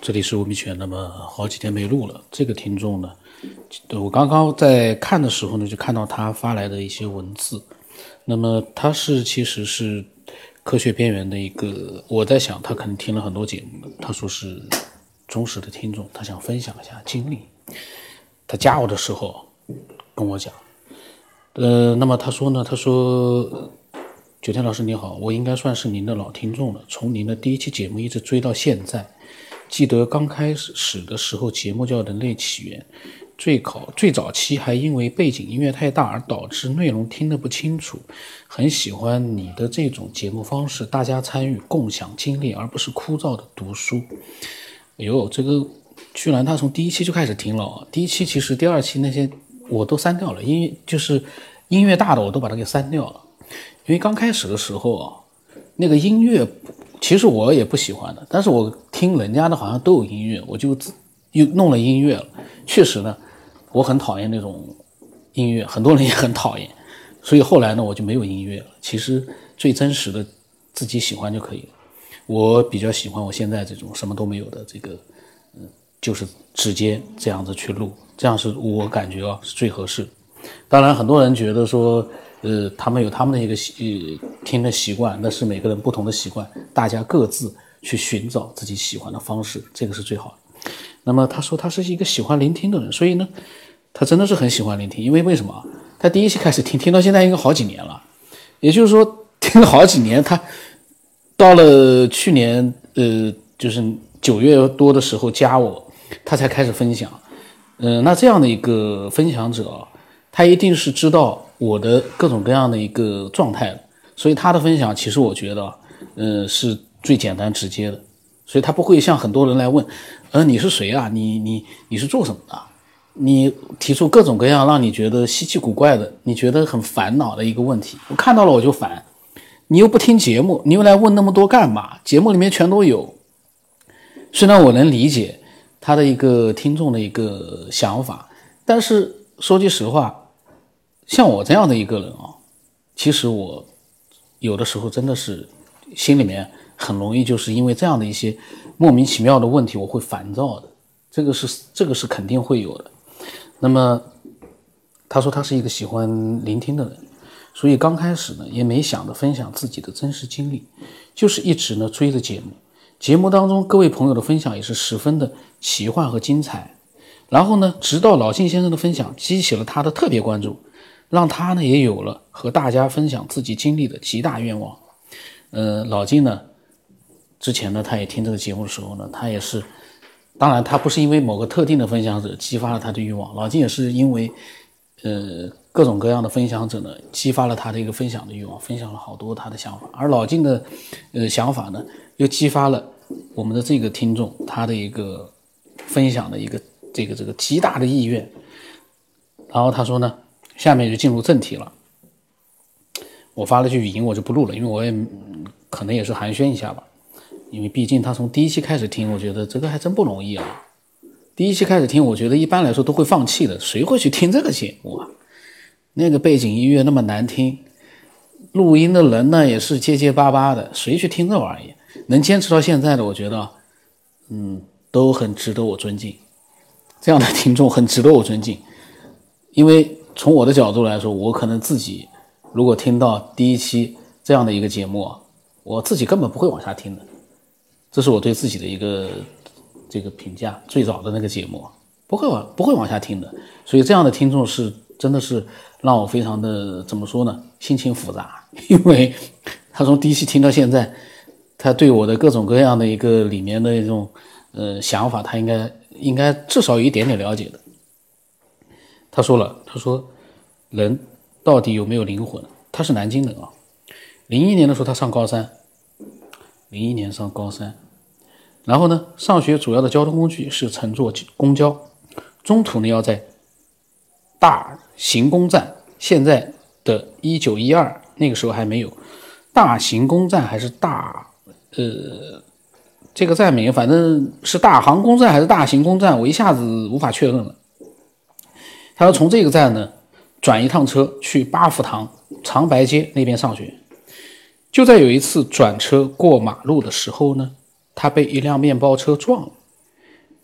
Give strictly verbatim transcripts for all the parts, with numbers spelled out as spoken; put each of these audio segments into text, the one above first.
这里是吴明全。那么好几天没录了，这个听众呢，我刚刚在看的时候呢，就看到他发来的一些文字。那么他是其实是科学边缘的一个，我在想他可能听了很多节目，他说是忠实的听众，他想分享一下经历。他加我的时候跟我讲，呃，那么他说呢，他说九天老师你好，我应该算是您的老听众了，从您的第一期节目一直追到现在。记得刚开始的时候节目叫人类起源，最考最早期还因为背景音乐太大而导致内容听得不清楚，很喜欢你的这种节目方式，大家参与共享经历而不是枯燥的读书。哎呦，这个居然他从第一期就开始听了，第一期其实第二期那些我都删掉了，因为就是音乐大的我都把它给删掉了，因为刚开始的时候啊，那个音乐其实我也不喜欢的，但是我听人家的好像都有音乐，我就又弄了音乐了。确实呢，我很讨厌那种音乐，很多人也很讨厌，所以后来呢我就没有音乐了。其实最真实的自己喜欢就可以了。我比较喜欢我现在这种什么都没有的这个，嗯，就是直接这样子去录，这样是我感觉啊是最合适。当然很多人觉得说呃，他们有他们的一个习、呃、听的习惯，那是每个人不同的习惯，大家各自去寻找自己喜欢的方式，这个是最好的。那么他说他是一个喜欢聆听的人，所以呢，他真的是很喜欢聆听。因为为什么？他第一期开始听，听到现在应该好几年了，也就是说听了好几年，他到了去年呃，就是九月多的时候加我，他才开始分享。嗯、呃，那这样的一个分享者，他一定是知道我的各种各样的一个状态的，所以他的分享其实我觉得呃是最简单直接的，所以他不会像很多人来问呃你是谁啊，你你你是做什么的，你提出各种各样让你觉得稀奇古怪的，你觉得很烦恼的一个问题，我看到了我就烦，你又不听节目，你又来问那么多干嘛？节目里面全都有。虽然我能理解他的一个听众的一个想法，但是说句实话，像我这样的一个人啊，其实我有的时候真的是心里面很容易就是因为这样的一些莫名其妙的问题我会烦躁的，这个是这个是肯定会有的。那么他说他是一个喜欢聆听的人，所以刚开始呢也没想着分享自己的真实经历，就是一直呢追着节目，节目当中各位朋友的分享也是十分的奇幻和精彩。然后呢直到老晋先生的分享激起了他的特别关注，让他呢也有了和大家分享自己经历的极大愿望。呃，老晋呢，之前呢他也听这个节目的时候呢，他也是，当然他不是因为某个特定的分享者激发了他的欲望，老晋也是因为呃各种各样的分享者呢激发了他的一个分享的欲望，分享了好多他的想法，而老晋的呃想法呢又激发了我们的这个听众他的一个分享的一个这个这个极大的意愿。然后他说呢，下面就进入正题了。我发了句语音我就不录了，因为我也、嗯、可能也是寒暄一下吧，因为毕竟他从第一期开始听，我觉得这个还真不容易啊。第一期开始听，我觉得一般来说都会放弃的，谁会去听这个节目啊？那个背景音乐那么难听，录音的人呢也是结结巴巴的，谁去听这玩意？能坚持到现在的，我觉得嗯都很值得我尊敬，这样的听众很值得我尊敬。因为从我的角度来说，我可能自己如果听到第一期这样的一个节目，我自己根本不会往下听的，这是我对自己的一个这个评价。最早的那个节目不会往不会往下听的，所以这样的听众是真的是让我非常的怎么说呢，心情复杂。因为他从第一期听到现在，他对我的各种各样的一个里面的一种呃想法，他应该应该至少有一点点了解的。他说了，他说人到底有没有灵魂？他是南京人啊。零一年的时候他上高三，零一年上高三，然后呢，上学主要的交通工具是乘坐公交，中途呢要在大行宫站，现在的一九一二，那个时候还没有大行宫站还是大呃这个站名，反正是大行宫站还是大行宫站，我一下子无法确认了。他要从这个站呢转一趟车去八福堂长白街那边上学。就在有一次转车过马路的时候呢，他被一辆面包车撞了，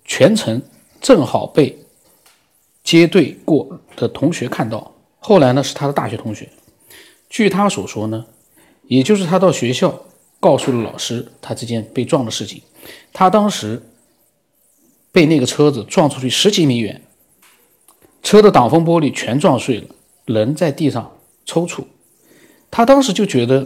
全程正好被接对过的同学看到，后来呢是他的大学同学。据他所说呢，也就是他到学校告诉了老师他这件被撞的事情，他当时被那个车子撞出去十几米远，车的挡风玻璃全撞碎了，人在地上抽搐。他当时就觉得，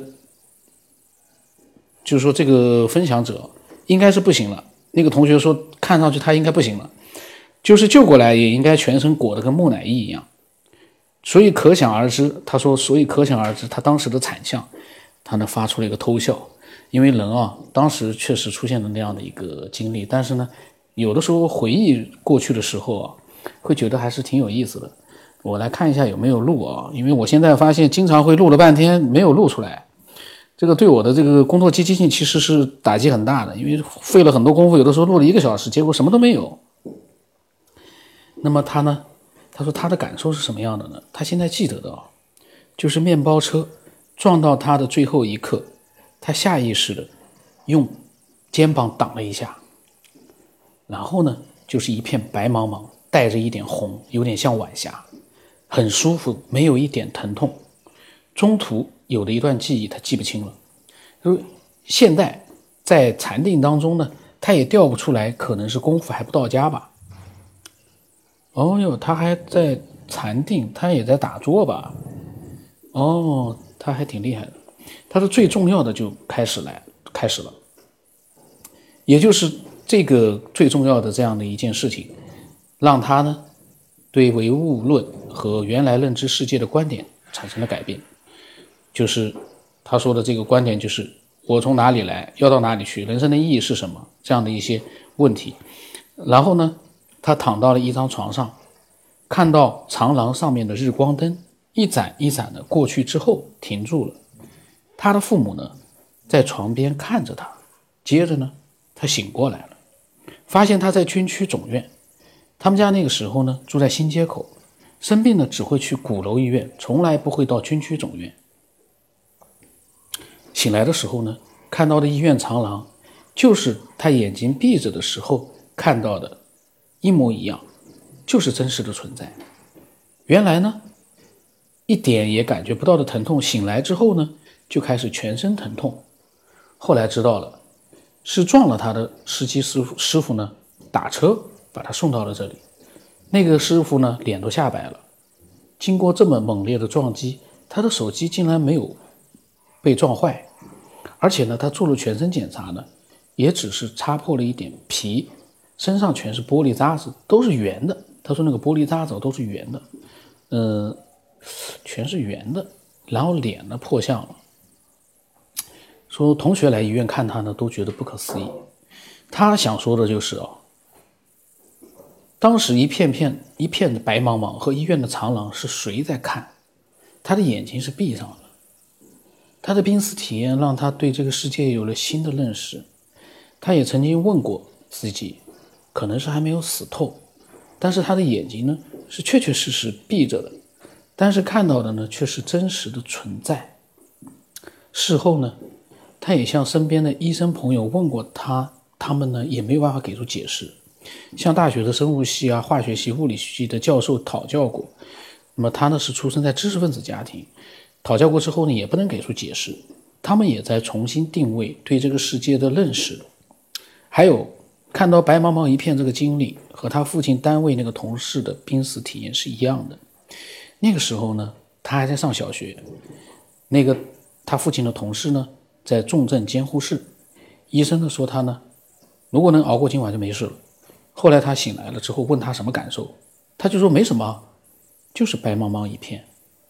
就是说这个分享者应该是不行了，那个同学说看上去他应该不行了，就是救过来也应该全身裹得跟木乃伊一样。所以可想而知，他说所以可想而知他当时的惨相，他呢发出了一个偷笑。因为人啊当时确实出现了那样的一个经历，但是呢有的时候回忆过去的时候啊，会觉得还是挺有意思的。我来看一下有没有录啊，因为我现在发现经常会录了半天没有录出来，这个对我的这个工作积极性其实是打击很大的，因为费了很多功夫，有的时候录了一个小时，结果什么都没有。那么他呢，他说他的感受是什么样的呢？他现在记得的啊，就是面包车撞到他的最后一刻，他下意识的用肩膀挡了一下，然后呢就是一片白茫茫，带着一点红，有点像晚霞，很舒服，没有一点疼痛。中途有的一段记忆他记不清了，现在在禅定当中呢，他也调不出来，可能是功夫还不到家吧。哦哟，他还在禅定，他也在打坐吧？哦，他还挺厉害的。他的最重要的就开始来开始了，也就是这个最重要的这样的一件事情，让他呢对唯物论和原来认知世界的观点产生了改变。就是他说的这个观点，就是我从哪里来，要到哪里去，人生的意义是什么，这样的一些问题。然后呢他躺到了一张床上，看到长廊上面的日光灯一盏一盏的过去之后停住了。他的父母呢在床边看着他，接着呢他醒过来了，发现他在军区总院。他们家那个时候呢住在新街口，生病了只会去鼓楼医院，从来不会到军区总院。醒来的时候呢，看到的医院长廊就是他眼睛闭着的时候看到的一模一样，就是真实的存在。原来呢一点也感觉不到的疼痛，醒来之后呢就开始全身疼痛。后来知道了，是撞了他的司机师傅师傅呢打车把他送到了这里。那个师傅呢脸都吓白了，经过这么猛烈的撞击，他的手机竟然没有被撞坏，而且呢他做了全身检查呢，也只是擦破了一点皮，身上全是玻璃渣子，都是圆的。他说那个玻璃渣子都是圆的，呃，全是圆的，然后脸呢破相了。说同学来医院看他呢都觉得不可思议。他想说的就是哦，当时一片片一片的白茫茫和医院的长廊是谁在看？他的眼睛是闭上的。他的濒死体验让他对这个世界有了新的认识。他也曾经问过自己，可能是还没有死透，但是他的眼睛呢是确确实实闭着的，但是看到的呢却是真实的存在。事后呢他也向身边的医生朋友问过他，他们呢也没有办法给出解释。向大学的生物系啊、化学系、物理系的教授讨教过，那么他呢是出生在知识分子家庭，讨教过之后呢也不能给出解释。他们也在重新定位对这个世界的认识。还有看到白茫茫一片这个经历和他父亲单位那个同事的濒死体验是一样的。那个时候呢他还在上小学，那个他父亲的同事呢在重症监护室，医生呢说他呢如果能熬过今晚就没事了。后来他醒来了之后问他什么感受，他就说没什么，就是白茫茫一片。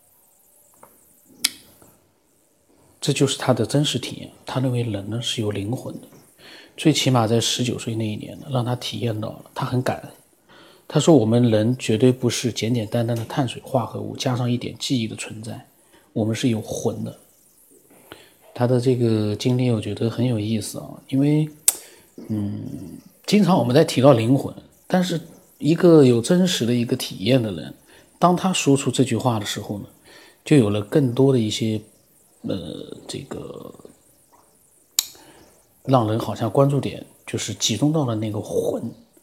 这就是他的真实体验。他认为人呢是有灵魂的，最起码在十九岁那一年呢让他体验到了，他很感恩。他说我们人绝对不是简简单单的碳水化合物加上一点记忆的存在，我们是有魂的。他的这个经历我觉得很有意思啊，因为嗯，经常我们在提到灵魂，但是一个有真实的一个体验的人，当他说出这句话的时候呢，就有了更多的一些呃，这个让人好像关注点就是集中到了那个魂。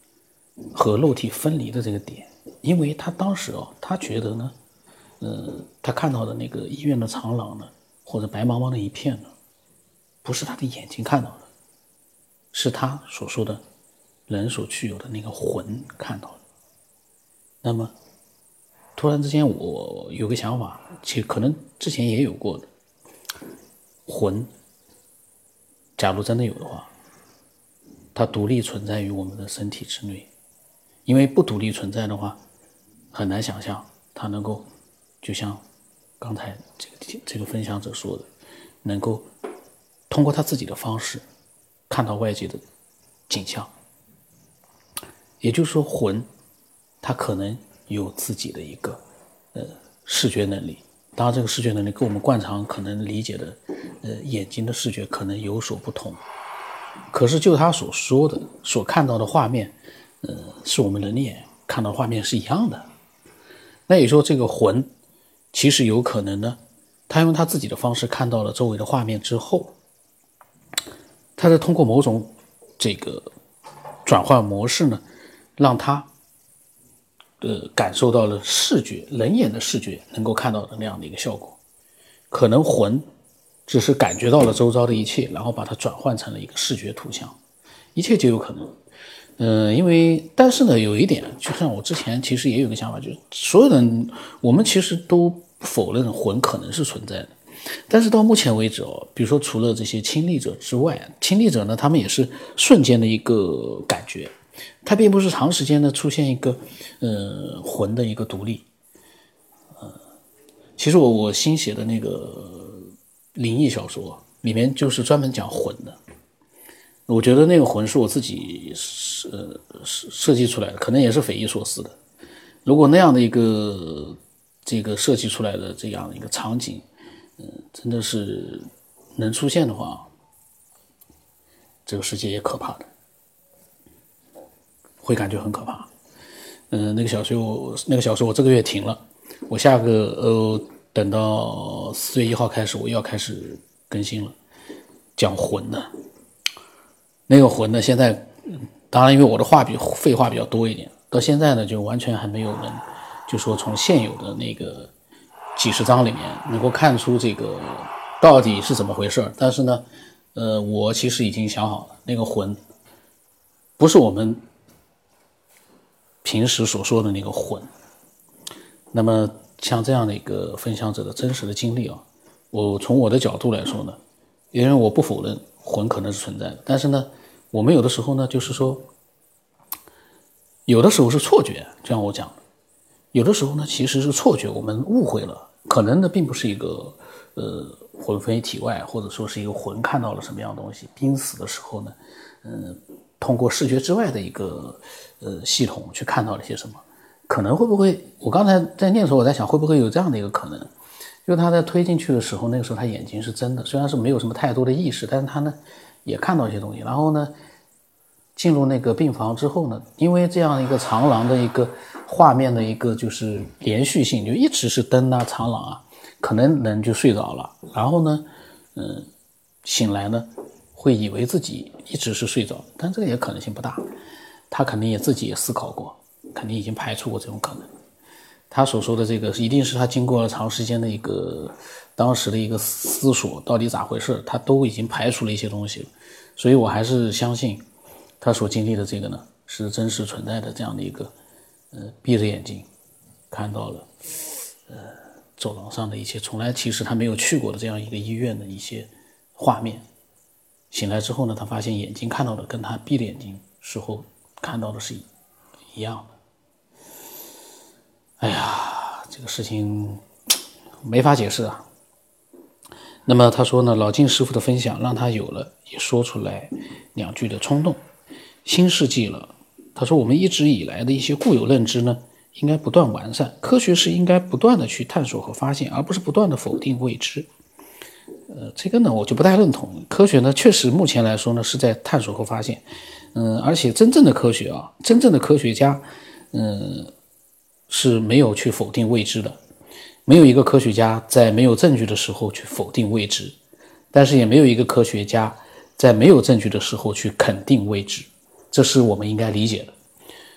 和肉体分离的这个点，因为他当时哦，他觉得呢，呃，他看到的那个医院的长廊呢，或者白茫茫的一片呢，不是他的眼睛看到的，是他所说的人所具有的那个魂看到的。那么突然之间我有个想法，其实可能之前也有过的，魂假如真的有的话，它独立存在于我们的身体之内，因为不独立存在的话，很难想象它能够就像刚才这个这个分享者说的，能够通过他自己的方式看到外界的景象。也就是说，魂它可能有自己的一个呃视觉能力，当然这个视觉能力跟我们惯常可能理解的呃眼睛的视觉可能有所不同，可是就他所说的所看到的画面，呃是我们人眼看到的画面是一样的。那也说这个魂其实有可能呢，他用他自己的方式看到了周围的画面之后，他再通过某种这个转换模式呢，让他呃感受到了视觉人眼的视觉能够看到的那样的一个效果。可能魂只是感觉到了周遭的一切，然后把它转换成了一个视觉图像，一切皆有可能。嗯、呃，因为但是呢，有一点，就像我之前其实也有个想法，就是所有人我们其实都不否认魂可能是存在的，但是到目前为止哦，比如说除了这些亲历者之外，亲历者呢，他们也是瞬间的一个感觉，它并不是长时间的出现一个呃魂的一个独立。呃，其实我我新写的那个灵异小说里面就是专门讲魂的。我觉得那个魂是我自己呃设计出来的，可能也是匪夷所思的。如果那样的一个这个设计出来的这样的一个场景，嗯、呃，真的是能出现的话，这个世界也可怕的，会感觉很可怕。嗯、呃，那个小说那个小说我这个月停了，我下个呃等到四月一号开始我又要开始更新了，讲魂的。那个魂呢，现在当然因为我的话比废话比较多一点，到现在呢就完全还没有人就说从现有的那个几十章里面能够看出这个到底是怎么回事。但是呢呃，我其实已经想好了，那个魂不是我们平时所说的那个魂。那么像这样的一个分享者的真实的经历啊，我从我的角度来说呢，因为我不否认魂可能是存在的，但是呢我们有的时候呢就是说有的时候是错觉，就像我讲的，有的时候呢其实是错觉，我们误会了，可能呢并不是一个呃魂飞体外，或者说是一个魂看到了什么样的东西，濒死的时候呢嗯、呃，通过视觉之外的一个呃系统去看到了些什么。可能会不会我刚才在念的时候我在想会不会有这样的一个可能，就是他在推进去的时候，那个时候他眼睛是睁的，虽然是没有什么太多的意识，但是他呢也看到一些东西。然后呢进入那个病房之后呢，因为这样一个长廊的一个画面的一个就是连续性，就一直是灯啊长廊啊，可能人就睡着了，然后呢嗯，醒来呢会以为自己一直是睡着，但这个也可能性不大，他肯定也自己也思考过，肯定已经排除过这种可能。他所说的这个一定是他经过了长时间的一个当时的一个思索，到底咋回事，他都已经排除了一些东西了。所以我还是相信他所经历的这个呢是真实存在的，这样的一个呃闭着眼睛看到了呃走廊上的一切，从来其实他没有去过的这样一个医院的一些画面。醒来之后呢，他发现眼睛看到的跟他闭着眼睛时候看到的是一样的。哎呀，这个事情没法解释啊。那么他说呢，老晋师傅的分享让他有了也说出来两句的冲动。新世纪了，他说我们一直以来的一些固有认知呢，应该不断完善，科学是应该不断的去探索和发现，而不是不断的否定未知。呃，这个呢我就不太认同。科学呢确实目前来说呢是在探索和发现，嗯、呃，而且真正的科学啊，真正的科学家，嗯、呃。是没有去否定未知的，没有一个科学家在没有证据的时候去否定未知，但是也没有一个科学家在没有证据的时候去肯定未知，这是我们应该理解的。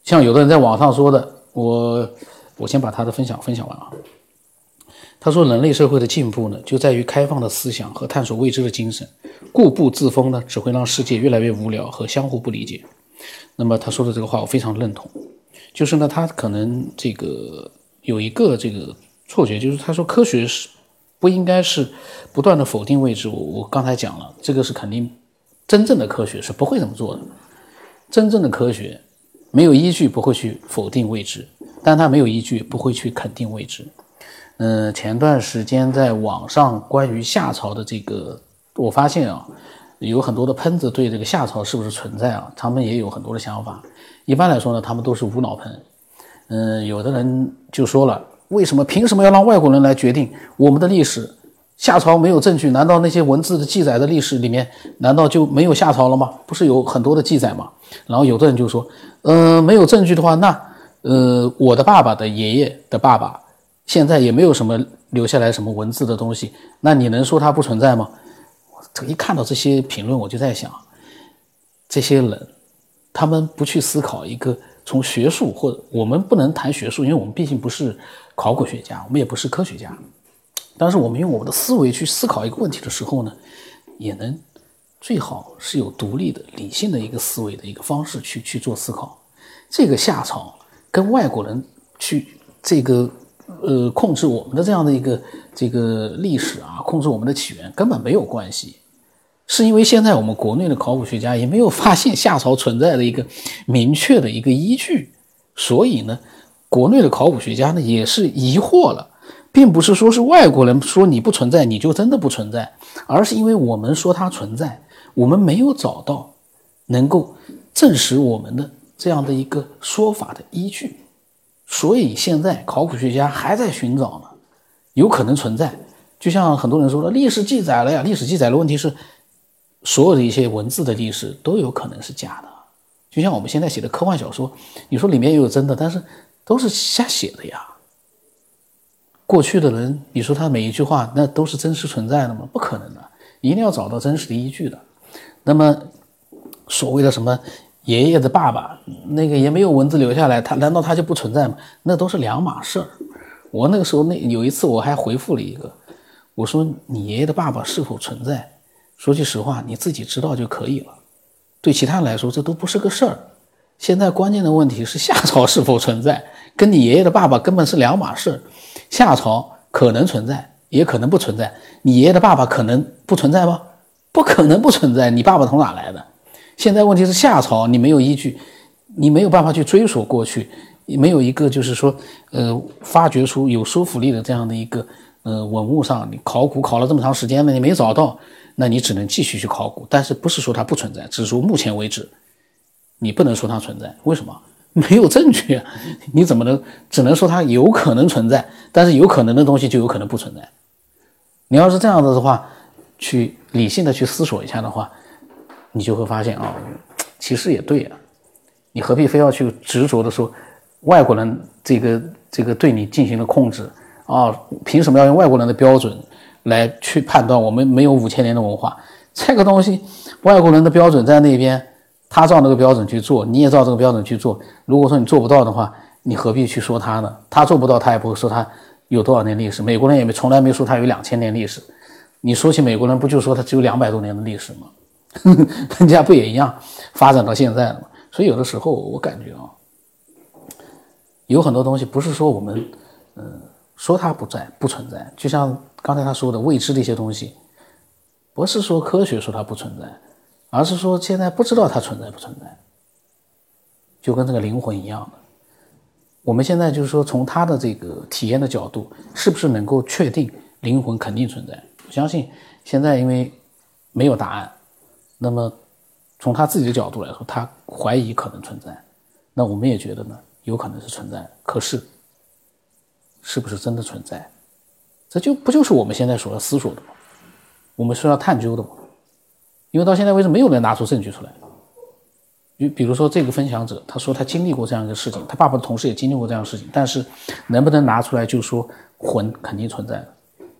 像有的人在网上说的，我我先把他的分享分享完啊。他说，人类社会的进步呢，就在于开放的思想和探索未知的精神，固步自封呢，只会让世界越来越无聊和相互不理解。那么他说的这个话我非常认同，就是呢，他可能这个有一个这个错觉，就是他说科学是不应该是不断的否定未知。我我刚才讲了，这个是肯定，真正的科学是不会这么做的。真正的科学没有依据不会去否定未知，但他没有依据不会去肯定未知。嗯、呃，前段时间在网上关于夏朝的这个，我发现啊，有很多的喷子对这个夏朝是不是存在啊，他们也有很多的想法。一般来说呢，他们都是无脑喷。嗯、呃，有的人就说了，为什么凭什么要让外国人来决定我们的历史？夏朝没有证据，难道那些文字的记载的历史里面，难道就没有夏朝了吗？不是有很多的记载吗？然后有的人就说，呃，没有证据的话，那呃，我的爸爸的爷爷的爸爸。现在也没有什么留下来什么文字的东西，那你能说它不存在吗？我一看到这些评论，我就在想，这些人他们不去思考一个从学术，或者我们不能谈学术，因为我们毕竟不是考古学家，我们也不是科学家，但是我们用我们的思维去思考一个问题的时候呢，也能最好是有独立的理性的一个思维的一个方式去去做思考。这个夏朝跟外国人去这个呃，控制我们的这样的一个这个历史啊，控制我们的起源根本没有关系，是因为现在我们国内的考古学家也没有发现夏朝存在的一个明确的一个依据，所以呢，国内的考古学家呢也是疑惑了，并不是说是外国人说你不存在你就真的不存在，而是因为我们说它存在，我们没有找到能够证实我们的这样的一个说法的依据。所以现在考古学家还在寻找呢，有可能存在。就像很多人说的，历史记载了呀，历史记载的问题是，所有的一些文字的历史都有可能是假的。就像我们现在写的科幻小说，你说里面也有真的，但是都是瞎写的呀。过去的人，你说他每一句话那都是真实存在的吗？不可能的，一定要找到真实的依据的。那么所谓的什么爷爷的爸爸，那个也没有文字留下来，他难道他就不存在吗？那都是两码事儿。我那个时候那有一次我还回复了一个，我说你爷爷的爸爸是否存在，说句实话你自己知道就可以了，对其他人来说这都不是个事儿。现在关键的问题是夏朝是否存在，跟你爷爷的爸爸根本是两码事。夏朝可能存在，也可能不存在。你爷爷的爸爸可能不存在吗？不可能不存在，你爸爸从哪来的？现在问题是夏朝你没有依据，你没有办法去追索过去，没有一个就是说呃发掘出有说服力的这样的一个呃文物上，你考古考了这么长时间了，你没找到，那你只能继续去考古，但是不是说它不存在，只是说目前为止你不能说它存在。为什么？没有证据啊，你怎么能只能说它有可能存在，但是有可能的东西就有可能不存在。你要是这样子的话，去理性的去思索一下的话，你就会发现啊、哦，其实也对啊，你何必非要去执着的说外国人这个这个对你进行了控制啊？凭什么要用外国人的标准来去判断我们没有五千年的文化？这个东西，外国人的标准在那边，他照那个标准去做，你也照这个标准去做。如果说你做不到的话，你何必去说他呢？他做不到，他也不会说他有多少年历史。美国人也没从来没说他有两千年历史。你说起美国人，不就说他只有两百多年的历史吗？人家不也一样发展到现在了吗？所以有的时候我感觉啊，有很多东西不是说我们嗯、呃、说它不在不存在，就像刚才他说的未知的一些东西，不是说科学说它不存在，而是说现在不知道它存在不存在，就跟这个灵魂一样的。我们现在就是说从他的这个体验的角度，是不是能够确定灵魂肯定存在？我相信现在因为没有答案，那么从他自己的角度来说，他怀疑可能存在，那我们也觉得呢有可能是存在，可是是不是真的存在，这就不就是我们现在所要思索的吗？我们是要探究的吗？因为到现在为止没有人拿出证据出来。比如说这个分享者，他说他经历过这样一个事情，他爸爸的同事也经历过这样的事情，但是能不能拿出来就说魂肯定存在的？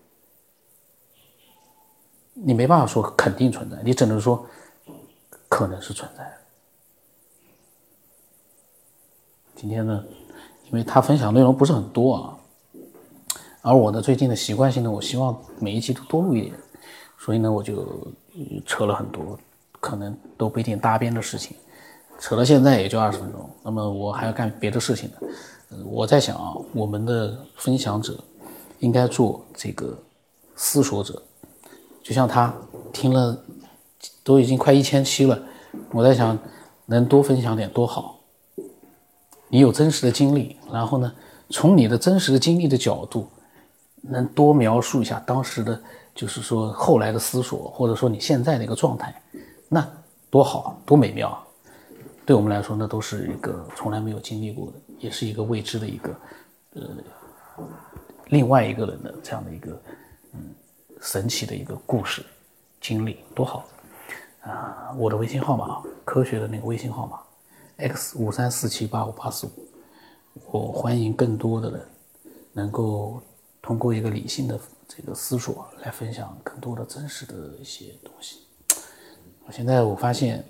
你没办法说肯定存在，你只能说可能是存在的。 今天呢，因为他分享内容不是很多啊，而我呢最近的习惯性呢，我希望每一集都多录一点，所以呢我就扯了很多可能都不一定搭边的事情，扯到现在也就二十分钟，那么我还要干别的事情呢。我在想啊，我们的分享者应该做这个思索者，就像他听了都已经快一千期了，我在想能多分享点多好。你有真实的经历，然后呢，从你的真实的经历的角度，能多描述一下当时的，就是说后来的思索，或者说你现在的一个状态，那多好，多美妙。对我们来说，那都是一个从来没有经历过的，也是一个未知的一个，呃，另外一个人的这样的一个，嗯，神奇的一个故事经历，多好啊！我的微信号码，科学的那个微信号码 x 五三四七八五八四五，我欢迎更多的人能够通过一个理性的这个思索来分享更多的真实的一些东西。我现在我发现，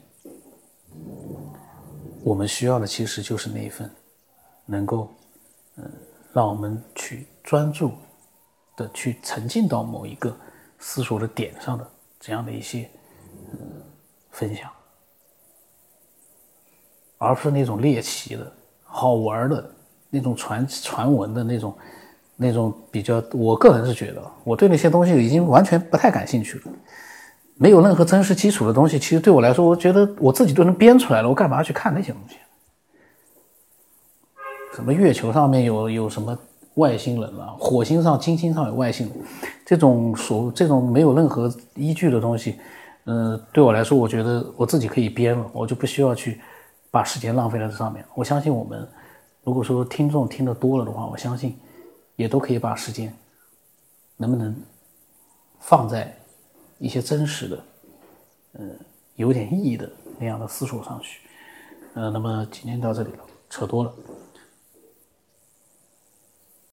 我们需要的其实就是那一份能够，嗯、呃，让我们去专注的去沉浸到某一个思索的点上的这样的一些、呃、分享，而不是那种猎奇的好玩的那种传传闻的那种那种比较，我个人是觉得我对那些东西已经完全不太感兴趣了，没有任何真实基础的东西，其实对我来说，我觉得我自己都能编出来了，我干嘛要去看那些东西？什么月球上面有有什么外星人啊，火星上、金星上有外星人，这种所这种没有任何依据的东西，嗯、呃，对我来说，我觉得我自己可以编了，我就不需要去把时间浪费在这上面。我相信我们，如果说听众听得多了的话，我相信也都可以把时间能不能放在一些真实的，呃，有点意义的那样的思索上去。呃，那么今天到这里了，扯多了。